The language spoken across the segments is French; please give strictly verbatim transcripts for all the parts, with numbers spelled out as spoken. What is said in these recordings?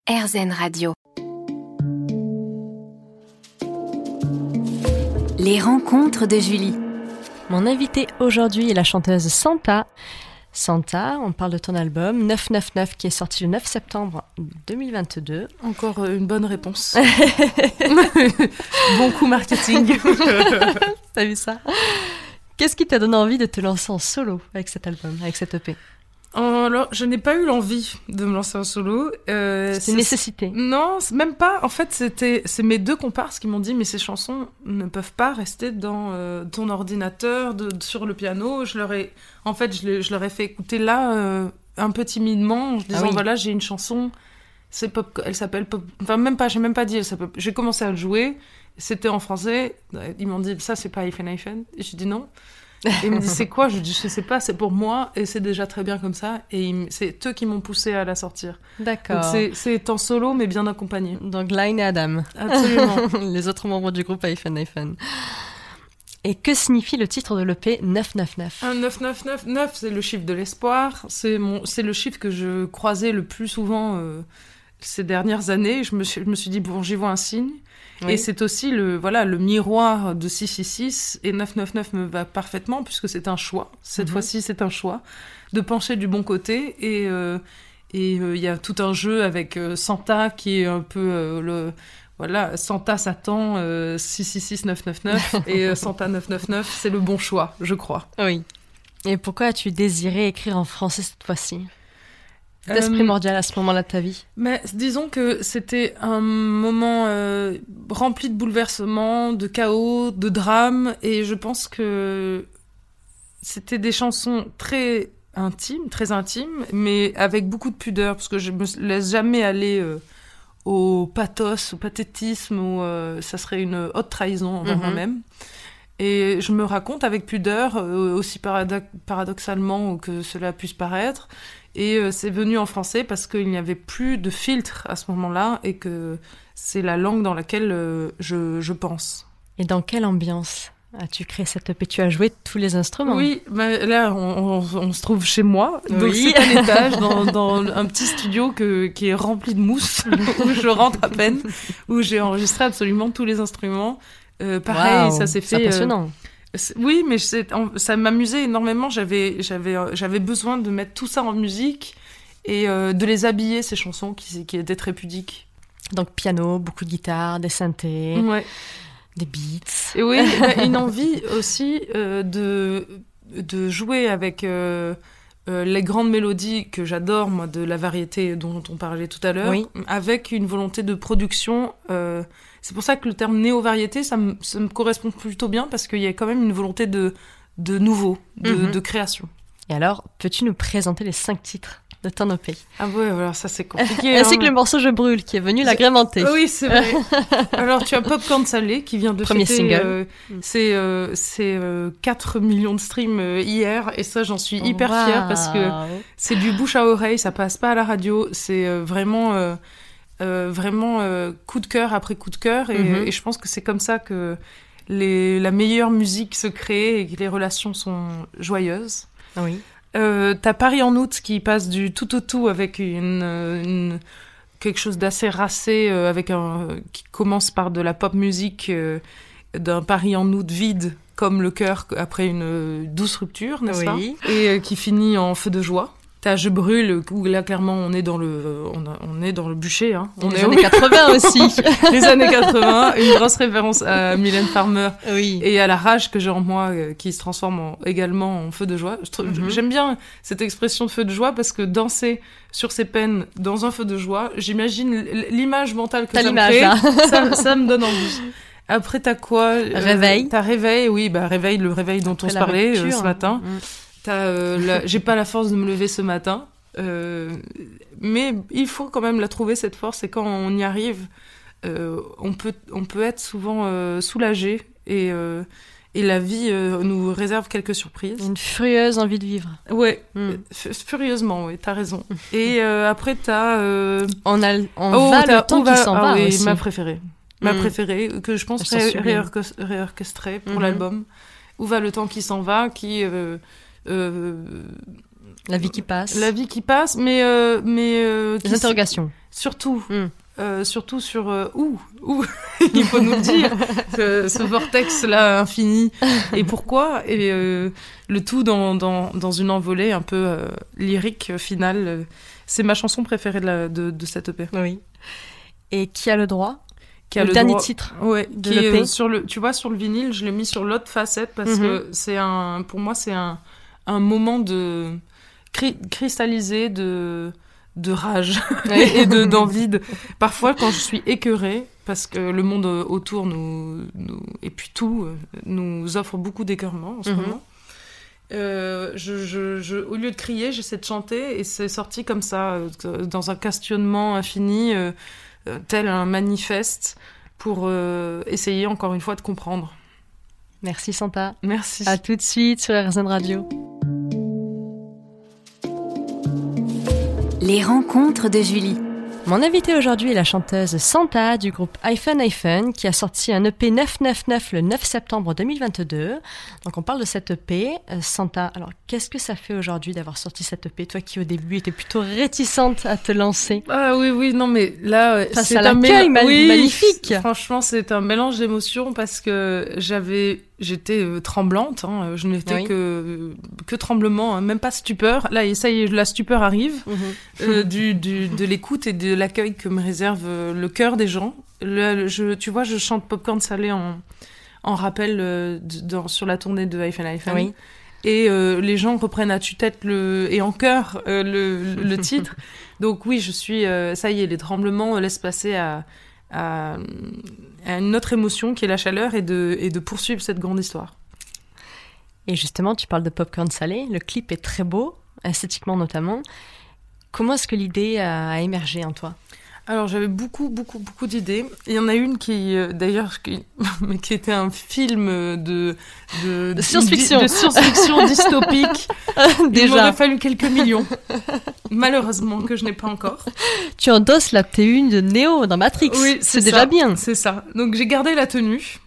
AirZen Radio. Les rencontres de Julie. Mon invitée aujourd'hui est la chanteuse Santa. Santa, on parle de ton album neuf neuf neuf qui est sorti le neuf septembre deux mille vingt-deux. Encore une bonne réponse. Bon coup marketing. T'as vu ça? Qu'est-ce qui t'a donné envie de te lancer en solo avec cet album, avec cette E P? Alors, je n'ai pas eu l'envie de me lancer en solo. Euh, c'est une nécessité. Non, c'est même pas. En fait, c'était c'est mes deux comparses qui m'ont dit mais ces chansons ne peuvent pas rester dans euh, ton ordinateur, de, de, sur le piano. Je leur ai, en fait, je, je leur ai fait écouter là euh, un peu timidement, en disant ah oui. voilà, j'ai une chanson. C'est pop, elle s'appelle pop. Enfin, même pas. J'ai même pas dit. Elle s'appelle, j'ai commencé à le jouer. C'était en français. Ils m'ont dit ça, c'est pas hyphen hyphen. Et j'ai dit non. Et il me dit c'est quoi? Je dis je sais pas, c'est pour moi et c'est déjà très bien comme ça. Et il, c'est eux qui m'ont poussé à la sortir. D'accord. Donc c'est, c'est en solo mais bien accompagné. Donc Line et Adam. Absolument. Les autres membres du groupe hyphen hyphen. Et que signifie le titre de l'E P neuf neuf neuf? Un neuf neuf neuf, neuf c'est le chiffre de l'espoir. C'est, mon, c'est le chiffre que je croisais le plus souvent euh, ces dernières années. Je me, suis, je me suis dit bon j'y vois un signe. Oui. Et c'est aussi le, voilà, le miroir de six six six, et neuf neuf neuf me va parfaitement, puisque c'est un choix. Cette mm-hmm. fois-ci, c'est un choix de pencher du bon côté. Et euh, et il euh, y a tout un jeu avec euh, Santa, qui est un peu euh, le... Voilà, Santa, Satan, euh, six six six, neuf neuf neuf, et euh, Santa neuf neuf neuf, c'est le bon choix, je crois. Oui. Et pourquoi as-tu désiré écrire en français cette fois-ci? C'était euh, primordial à ce moment-là de ta vie. Mais disons que c'était un moment euh, rempli de bouleversements, de chaos, de drames, et je pense que c'était des chansons très intimes, très intimes, mais avec beaucoup de pudeur, parce que je me laisse jamais aller euh, au pathos, au pathétisme, ou euh, ça serait une haute trahison envers mm-hmm. moi-même. Et je me raconte avec pudeur, euh, aussi parado- paradoxalement que cela puisse paraître. Et euh, c'est venu en français parce qu'il n'y avait plus de filtre à ce moment-là et que c'est la langue dans laquelle euh, je, je pense. Et dans quelle ambiance as-tu créé cette E P? Tu as joué tous les instruments? Oui, bah, là, on, on, on se trouve chez moi. Oui. Donc c'est à l'étage, dans, dans un petit studio que, qui est rempli de mousse, où je rentre à peine, où j'ai enregistré absolument tous les instruments. Euh, pareil, wow, ça s'est fait... C'est impressionnant. Euh, Oui, mais c'est, ça m'amusait énormément. J'avais, j'avais, j'avais besoin de mettre tout ça en musique et euh, de les habiller, ces chansons qui, qui étaient très pudiques. Donc piano, beaucoup de guitare, des synthés, ouais. des beats. Et oui, une envie aussi euh, de, de jouer avec euh, euh, les grandes mélodies que j'adore, moi, de la variété dont on parlait tout à l'heure, oui. avec une volonté de production... Euh, C'est pour ça que le terme néo-variété, ça me, ça me correspond plutôt bien, parce qu'il y a quand même une volonté de, de nouveau, de, mm-hmm. de création. Et alors, peux-tu nous présenter les cinq titres de ton E P? Ah ouais, alors ça c'est compliqué. Ainsi hein, que mais... le morceau Je brûle, qui est venu l'agrémenter. Oui, c'est vrai. Alors tu as Popcorn Salé, qui vient de Premier fêter... single. Euh, c'est euh, c'est euh, quatre millions de streams euh, hier, et ça j'en suis hyper wow. fière, parce que c'est du bouche à oreille, ça passe pas à la radio, c'est euh, vraiment... Euh, Euh, vraiment euh, coup de cœur après coup de cœur, et, mm-hmm. et je pense que c'est comme ça que les, la meilleure musique se crée et que les relations sont joyeuses. Oui. Euh, t'as Paris en août qui passe du tout au tout avec une, une quelque chose d'assez racé, euh, avec un qui commence par de la pop musique, euh, d'un Paris en août vide comme le cœur après une douce rupture, n'est-ce oui. pas, et euh, qui finit en feu de joie. T'as Je brûle, où là, clairement, on est dans le, on, a, on est dans le bûcher, hein. On les est années quatre-vingts aussi. Les années quatre-vingts, une grosse référence à Mylène Farmer. Oui. Et à la rage que j'ai en moi, euh, qui se transforme en, également en feu de joie. Je trouve, mm-hmm. J'aime bien cette expression de feu de joie, parce que danser sur ses peines dans un feu de joie, j'imagine l'image mentale que t'as ça me crée, là. ça, ça me donne envie. Après, t'as quoi? Réveil. Euh, t'as Réveil, oui, bah, Réveil, le réveil dont Après on se parlait euh, ce matin. Mm. T'as, euh, la... J'ai pas la force de me lever ce matin. Euh, mais il faut quand même la trouver, cette force, et quand on y arrive, euh, on, peut, on peut être souvent euh, soulagé, et, euh, et la vie euh, nous réserve quelques surprises. Une furieuse envie de vivre. Ouais, mm. f- furieusement, oui, t'as raison. Et euh, après, t'as... Euh... On, a, on oh, va le temps qui s'en ah, va oui, aussi. Ma préférée. Ma mm. préférée, que je pense ré- réorchest- réorchestrée pour mm-hmm. l'album. Où va le temps qui s'en va, qui... Euh, euh, La vie qui passe. La vie qui passe, mais... Euh, mais euh, Les interrogations. Surtout. Mm. Euh, surtout sur euh, où, où il faut nous le dire, ce, ce vortex-là infini, et pourquoi, et euh, le tout dans, dans, dans une envolée un peu euh, lyrique finale. C'est ma chanson préférée de, la, de, de cette E P. Oui. Et qui a le droit Qui a le, le dernier droit, titre ouais, de qui l'E P. est, euh, sur le, tu vois, sur le vinyle, je l'ai mis sur l'autre facette parce Mm-hmm. que c'est un, pour moi, c'est un, un moment de cri- cristallisé de... de rage et de, d'envie. De... Parfois, quand je suis écœurée, parce que le monde autour nous, nous et puis tout nous offre beaucoup d'écœurement en ce mm-hmm. moment, euh, je, je, je, au lieu de crier, j'essaie de chanter et c'est sorti comme ça, euh, dans un questionnement infini, euh, tel un manifeste pour euh, essayer encore une fois de comprendre. Merci Santa. Merci. À tout de suite sur R Z N Radio. Les rencontres de Julie. Mon invitée aujourd'hui est la chanteuse Santa du groupe Hyphen Hyphen qui a sorti un E P neuf cent quatre-vingt-dix-neuf le neuf septembre deux mille vingt-deux. Donc on parle de cette E P. Euh, Santa, alors qu'est-ce que ça fait aujourd'hui d'avoir sorti cette E P? Toi qui au début étais plutôt réticente à te lancer. Ah oui, oui, non mais là... Face c'est à un l'accueil mél... ma- oui, magnifique. Franchement, c'est un mélange d'émotions parce que j'avais... J'étais euh, tremblante, hein, je n'étais oui. que, que tremblement, hein, même pas stupeur. Là, et ça y est, la stupeur arrive Mm-hmm. euh, du, du, de l'écoute et de l'accueil que me réserve euh, le cœur des gens. Le, je, tu vois, je chante Popcorn Salé en, en rappel euh, de, dans, sur la tournée de Hyphen Hyphen. Oui. Et euh, les gens reprennent à tue-tête le, et en chœur euh, le, le, le titre. Donc oui, je suis... Euh, ça y est, les tremblements euh, laissent passer à... À, à une autre émotion qui est la chaleur et de, et de poursuivre cette grande histoire. Et justement, tu parles de Popcorn Salé. Le clip est très beau, esthétiquement notamment. Comment est-ce que l'idée a émergé en toi? Alors, j'avais beaucoup, beaucoup, beaucoup d'idées. Il y en a une qui, euh, d'ailleurs, qui, mais qui était un film de... De, de science-fiction. De, de science-fiction dystopique. Déjà. Il m'aurait fallu quelques millions. Malheureusement, que je n'ai pas encore. Tu endosses la T une de Neo dans Matrix. Oui, c'est, c'est déjà ça, bien. C'est ça. Donc, j'ai gardé la tenue.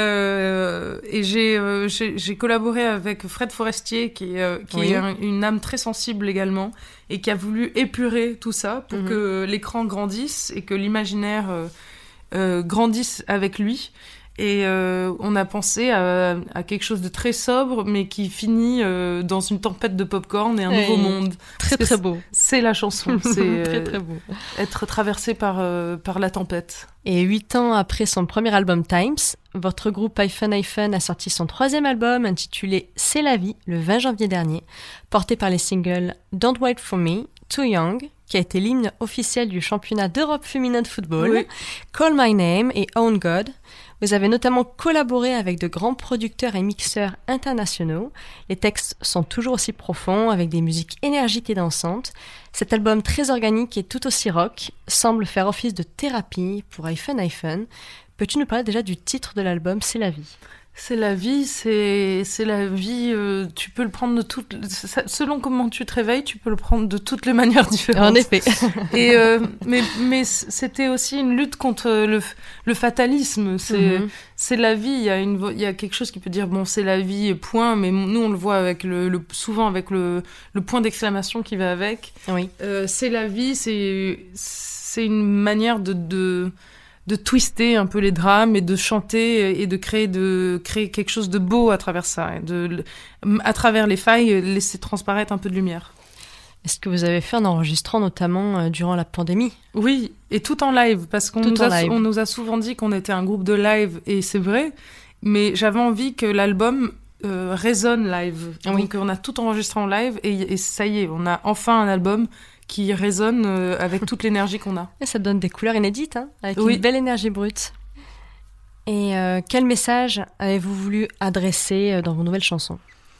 Euh, et j'ai, euh, j'ai, j'ai collaboré avec Fred Forestier, qui, est, euh, qui oui. est un, une âme très sensible également, et qui a voulu épurer tout ça pour mm-hmm. que l'écran grandisse et que l'imaginaire euh, euh, grandisse avec lui. Et euh, on a pensé à, à quelque chose de très sobre, mais qui finit euh, dans une tempête de popcorn et un oui. nouveau monde. Très très beau. C'est la chanson, c'est très très beau. Euh, être traversé par, euh, par la tempête. Et huit ans après son premier album Times, votre groupe Hyphen Hyphen a sorti son troisième album intitulé C'est la vie, le vingt janvier dernier, porté par les singles Don't Wait For Me, Too Young, qui a été l'hymne officiel du championnat d'Europe féminin de football, oui. Call My Name et Own God. Vous avez notamment collaboré avec de grands producteurs et mixeurs internationaux. Les textes sont toujours aussi profonds, avec des musiques énergiques et dansantes. Cet album très organique et tout aussi rock semble faire office de thérapie pour Hyphen Hyphen. Peux-tu nous parler déjà du titre de l'album C'est la vie ? C'est la vie, c'est, c'est la vie, euh, tu peux le prendre de toutes... Selon comment tu te réveilles, tu peux le prendre de toutes les manières différentes. En effet. Et, euh, mais, mais c'était aussi une lutte contre le, le fatalisme. C'est, mm-hmm. c'est la vie, il y a une, il y a quelque chose qui peut dire, bon, c'est la vie, point, mais nous, on le voit avec le, le, souvent avec le, le point d'exclamation qui va avec. Oui. Euh, c'est la vie, c'est, c'est une manière de... de de twister un peu les drames et de chanter et de créer de créer quelque chose de beau à travers ça, et de à travers les failles laisser transparaître un peu de lumière. Est-ce que vous avez fait un enregistrement notamment durant la pandémie ? Oui, et tout en live parce qu'on tout nous a live. on nous a souvent dit qu'on était un groupe de live et c'est vrai, mais j'avais envie que l'album euh, résonne live. Oui. Donc on a tout enregistré en live et, et ça y est, on a enfin un album qui résonne euh, avec toute l'énergie qu'on a. Et ça donne des couleurs inédites, hein, avec oui. une belle énergie brute. Et euh, quel message avez-vous voulu adresser dans vos nouvelles chansons ?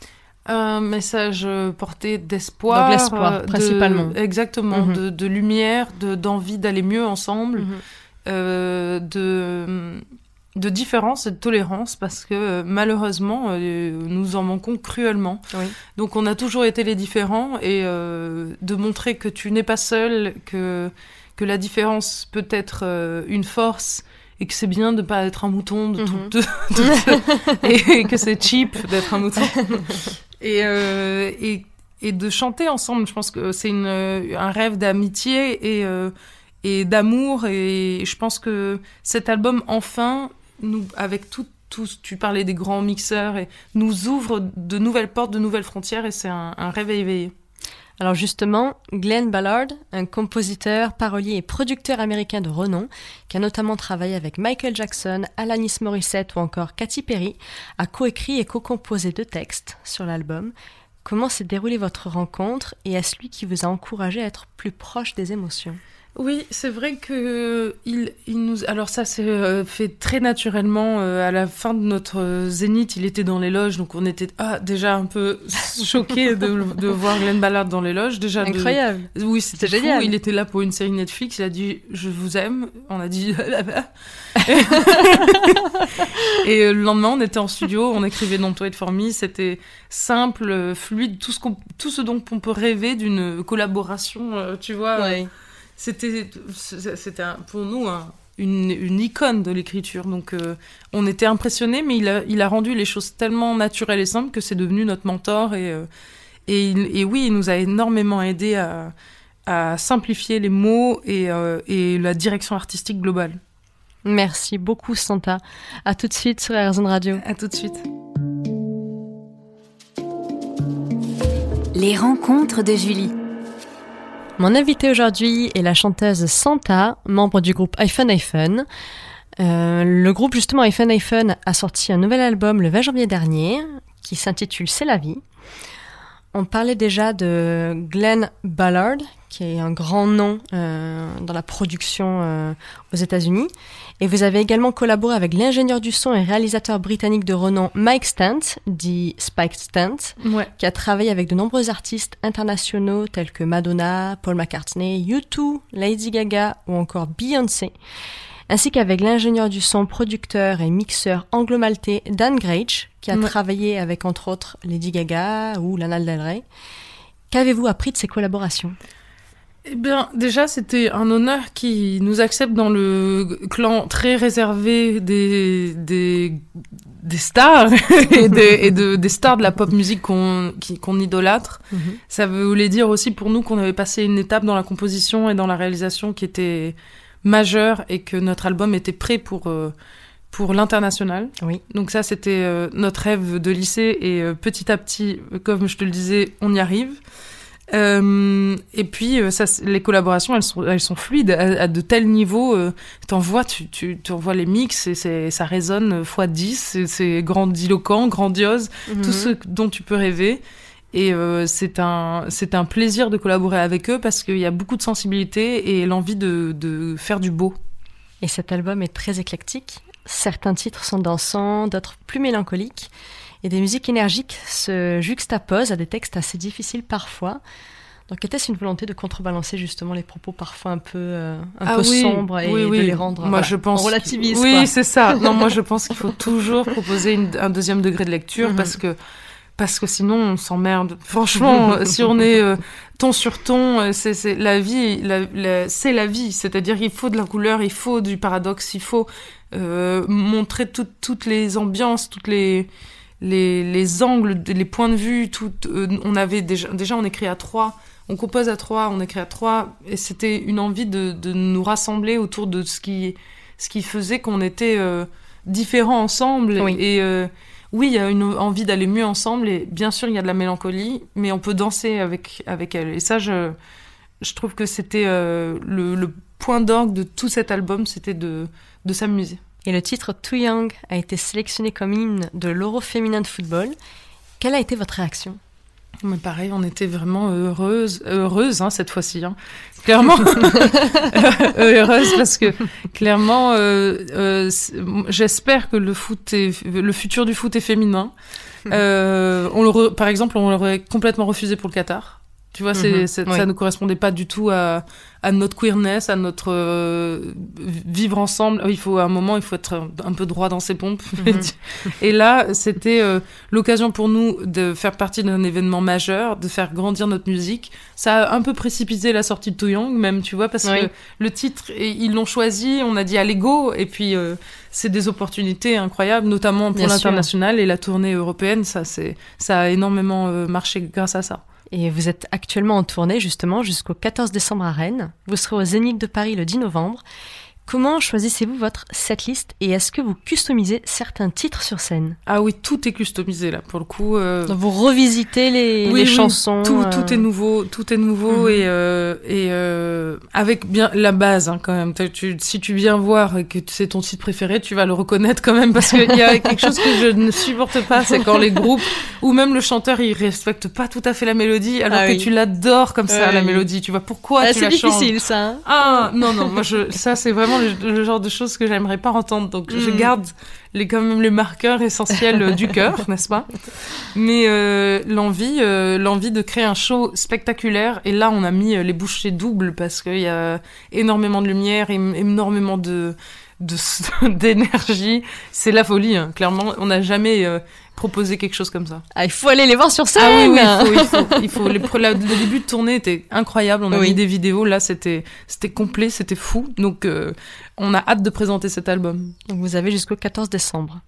Un message porté d'espoir. Donc l'espoir, euh, principalement. De, exactement, mm-hmm. de, de lumière, de, d'envie d'aller mieux ensemble, mm-hmm. euh, de... de différence et de tolérance parce que euh, malheureusement euh, nous en manquons cruellement. Oui. Donc on a toujours été les différents et euh, de montrer que tu n'es pas seul, que, que la différence peut être euh, une force et que c'est bien de ne pas être un mouton de mm-hmm. tout, de, de, et, et que c'est cheap d'être un mouton. et, euh, et, et de chanter ensemble. Je pense que c'est une, un rêve d'amitié et, euh, et d'amour. Et je pense que cet album, enfin, nous, avec tout, tout, tu parlais des grands mixeurs, et nous ouvre de nouvelles portes, de nouvelles frontières, et c'est un, un rêve éveillé. Alors justement, Glenn Ballard, un compositeur, parolier et producteur américain de renom, qui a notamment travaillé avec Michael Jackson, Alanis Morissette ou encore Katy Perry, a coécrit et co-composé deux textes sur l'album. Comment s'est déroulée votre rencontre et est-ce lui qui vous a encouragé à être plus proche des émotions ? Oui, c'est vrai que il, il nous. Alors ça, c'est euh, fait très naturellement. Euh, à la fin de notre euh, zénith, il était dans les loges, donc on était ah déjà un peu choqués de, de voir Glenn Ballard dans les loges. Déjà incroyable. De... Oui, c'était, c'était fou. Génial. Il était là pour une série Netflix. Il a dit je vous aime. On a dit et euh, le lendemain, on était en studio, on écrivait Don't Wait For Me. C'était simple, fluide, tout ce qu'on, tout ce dont on peut rêver d'une collaboration. Euh, tu vois. Oui. Euh, C'était, c'était un, pour nous un, une, une icône de l'écriture. Donc, euh, on était impressionnés, mais il a, il a rendu les choses tellement naturelles et simples que c'est devenu notre mentor. Et, euh, et, et oui, il nous a énormément aidé à, à simplifier les mots et, euh, et la direction artistique globale. Merci beaucoup, Santa. À tout de suite sur R Z N Radio. À tout de suite. Les rencontres de Julie. Mon invitée aujourd'hui est la chanteuse Santa, membre du groupe Hyphen Hyphen. Euh, le groupe justement Hyphen Hyphen a sorti un nouvel album le vingt janvier dernier qui s'intitule C'est la vie. On parlait déjà de Glenn Ballard, qui est un grand nom euh, dans la production euh, aux États-Unis. Et vous avez également collaboré avec l'ingénieur du son et réalisateur britannique de renom Mike Stant, dit Spike Stant, ouais. qui a travaillé avec de nombreux artistes internationaux tels que Madonna, Paul McCartney, U deux, Lady Gaga ou encore Beyoncé, ainsi qu'avec l'ingénieur du son, producteur et mixeur anglo-maltais Dan Grage, qui a ouais. travaillé avec entre autres Lady Gaga ou Lana Del Rey. Qu'avez-vous appris de ces collaborations ? Eh bien, déjà, c'était un honneur qui nous accepte dans le clan très réservé des, des, des stars et, des, et de, des stars de la pop musique qu'on, qui, qu'on idolâtre. Mm-hmm. Ça voulait dire aussi pour nous qu'on avait passé une étape dans la composition et dans la réalisation qui était majeure et que notre album était prêt pour, euh, pour l'international. Oui. Donc ça, c'était euh, notre rêve de lycée et euh, petit à petit, comme je te le disais, on y arrive. Euh, et puis ça, les collaborations elles sont, elles sont fluides à, à de tels niveaux, euh, t'envoies, tu, tu, tu envoies les mix et c'est, ça résonne fois dix, c'est, c'est grandiloquent, grandiose, mm-hmm. tout ce dont tu peux rêver. Et euh, c'est, un, c'est un plaisir de collaborer avec eux parce qu'il y a beaucoup de sensibilité et l'envie de, de faire du beau. Et cet album est très éclectique. Certains titres sont dansants, d'autres plus mélancoliques. Et des musiques énergiques se juxtaposent à des textes assez difficiles parfois. Donc était-ce une volonté de contrebalancer justement les propos parfois un peu, euh, un ah peu oui, sombres et oui, oui. de les rendre... Moi, voilà, je pense on relativise. Oui, quoi. c'est ça. Non, moi je pense qu'il faut toujours proposer une, un deuxième degré de lecture mm-hmm. parce que parce que sinon on s'emmerde. Franchement, si on est euh, ton sur ton, c'est, c'est la vie, la, la, c'est la vie. C'est-à-dire il faut de la couleur, il faut du paradoxe, il faut euh, montrer tout, toutes les ambiances, toutes les les, les angles, les points de vue. Tout, euh, on avait déjà, déjà on écrit à trois, on compose à trois, on écrit à trois, et c'était une envie de, de nous rassembler autour de ce qui, ce qui faisait qu'on était euh, différents ensemble. Oui. Et euh, oui, il y a une envie d'aller mieux ensemble, et bien sûr, il y a de la mélancolie, mais on peut danser avec, avec elle. Et ça, je, je trouve que c'était euh, le, le point d'orgue de tout cet album, c'était de, de s'amuser. Et le titre Too Young a été sélectionné comme hymne de l'Euro féminin de football. Quelle a été votre réaction ? Mais pareil, on était vraiment heureuse, heureuse hein, cette fois-ci, hein. Clairement heureuse parce que clairement, euh, euh, j'espère que le foot est, le futur du foot est féminin. Euh, on le re, par exemple, on l'aurait complètement refusé pour le Qatar. Tu vois, c'est, c'est, oui. ça ne correspondait pas du tout à, à notre queerness, à notre euh, vivre ensemble. Il faut, à un moment, il faut être un peu droit dans ses pompes. Mm-hmm. Et là, c'était euh, l'occasion pour nous de faire partie d'un événement majeur, de faire grandir notre musique. Ça a un peu précipité la sortie de Too Young, même, tu vois, parce oui. que le titre, ils l'ont choisi, on a dit allez go, et puis euh, c'est des opportunités incroyables, notamment pour Bien l'international sûr. Et la tournée européenne. Ça, c'est, ça a énormément euh, marché grâce à ça. Et vous êtes actuellement en tournée justement jusqu'au quatorze décembre à Rennes. Vous serez au Zénith de Paris le dix novembre. Comment choisissez-vous votre setlist et est-ce que vous customisez certains titres sur scène ? Ah oui, tout est customisé là, pour le coup. Euh... Donc vous revisitez les, oui, les oui, chansons. Tout, euh... tout est nouveau, tout est nouveau mm-hmm. et euh, et euh, avec bien la base hein, quand même. Tu, si tu viens voir et que c'est ton titre préféré, tu vas le reconnaître quand même parce qu'il y a quelque chose que je ne supporte pas, c'est quand les groupes ou même le chanteur il respecte pas tout à fait la mélodie alors ah, que oui. tu l'adores comme ça oui. la mélodie. Tu vois pourquoi ah, tu la changes ? C'est difficile ça. Hein ah non non, moi je ça c'est vraiment le, le genre de choses que j'aimerais pas entendre. Donc, mm. je garde les, quand même les marqueurs essentiels du cœur, n'est-ce pas ? Mais euh, l'envie, euh, l'envie de créer un show spectaculaire. Et là, on a mis les bouchées doubles parce qu'il y a énormément de lumière, énormément de, de d'énergie. C'est la folie, hein. Clairement. On n'a jamais euh, proposé quelque chose comme ça. Ah, il faut aller les voir sur scène. Ah oui, oui, il faut, il faut. Il faut. Les, la, le début de tournée était incroyable. On a oui. mis des vidéos. Là, c'était, c'était complet, c'était fou. Donc, euh, on a hâte de présenter cet album. Donc, vous avez jusqu'au quatorze décembre.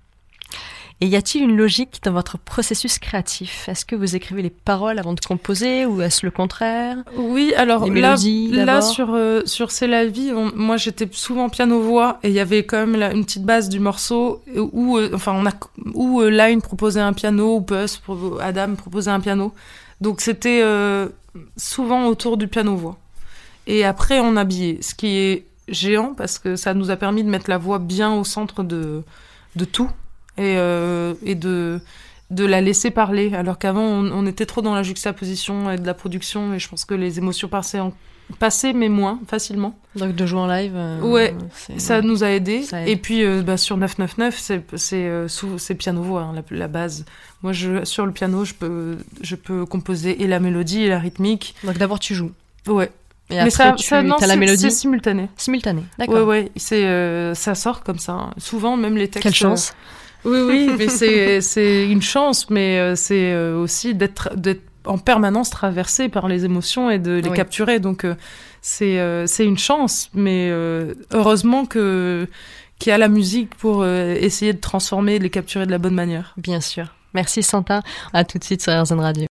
Et y a-t-il une logique dans votre processus créatif ? Est-ce que vous écrivez les paroles avant de composer ou est-ce le contraire ? Oui, alors les là, mélodies, là sur euh, sur C'est la vie, on, moi j'étais souvent piano-voix et il y avait quand même là, une petite base du morceau où euh, enfin on a où euh, Line proposait un piano ou Puss, Adam proposait un piano. Donc c'était euh, souvent autour du piano-voix. Et après on habillait, ce qui est géant parce que ça nous a permis de mettre la voix bien au centre de de tout. Et, euh, et de, de la laisser parler, alors qu'avant on, on était trop dans la juxtaposition et de la production et je pense que les émotions passaient, en, passaient mais moins facilement. Donc de jouer en live, euh, ouais, ça nous a aidé. Ça aide. Et puis euh, bah, sur neuf cent quatre-vingt-dix-neuf, c'est, c'est, euh, sous, c'est piano-voix, hein, la, la base. Moi, je, sur le piano, je peux, je peux composer et la mélodie et la rythmique. Donc d'abord tu joues. Ouais. Et mais après, ça, tu ça non, as la c'est, mélodie. C'est simultané. Simultané, d'accord. Ouais, ouais, c'est, euh, ça sort comme ça. Souvent, même les textes. Quelle chance. Euh, Oui, oui, mais c'est, c'est une chance, mais c'est aussi d'être, d'être en permanence traversé par les émotions et de les oui. capturer. Donc, c'est, c'est une chance, mais heureusement que, qu'il y a la musique pour essayer de transformer, de les capturer de la bonne manière. Bien sûr. Merci Santa. À tout de suite sur R Z N Radio.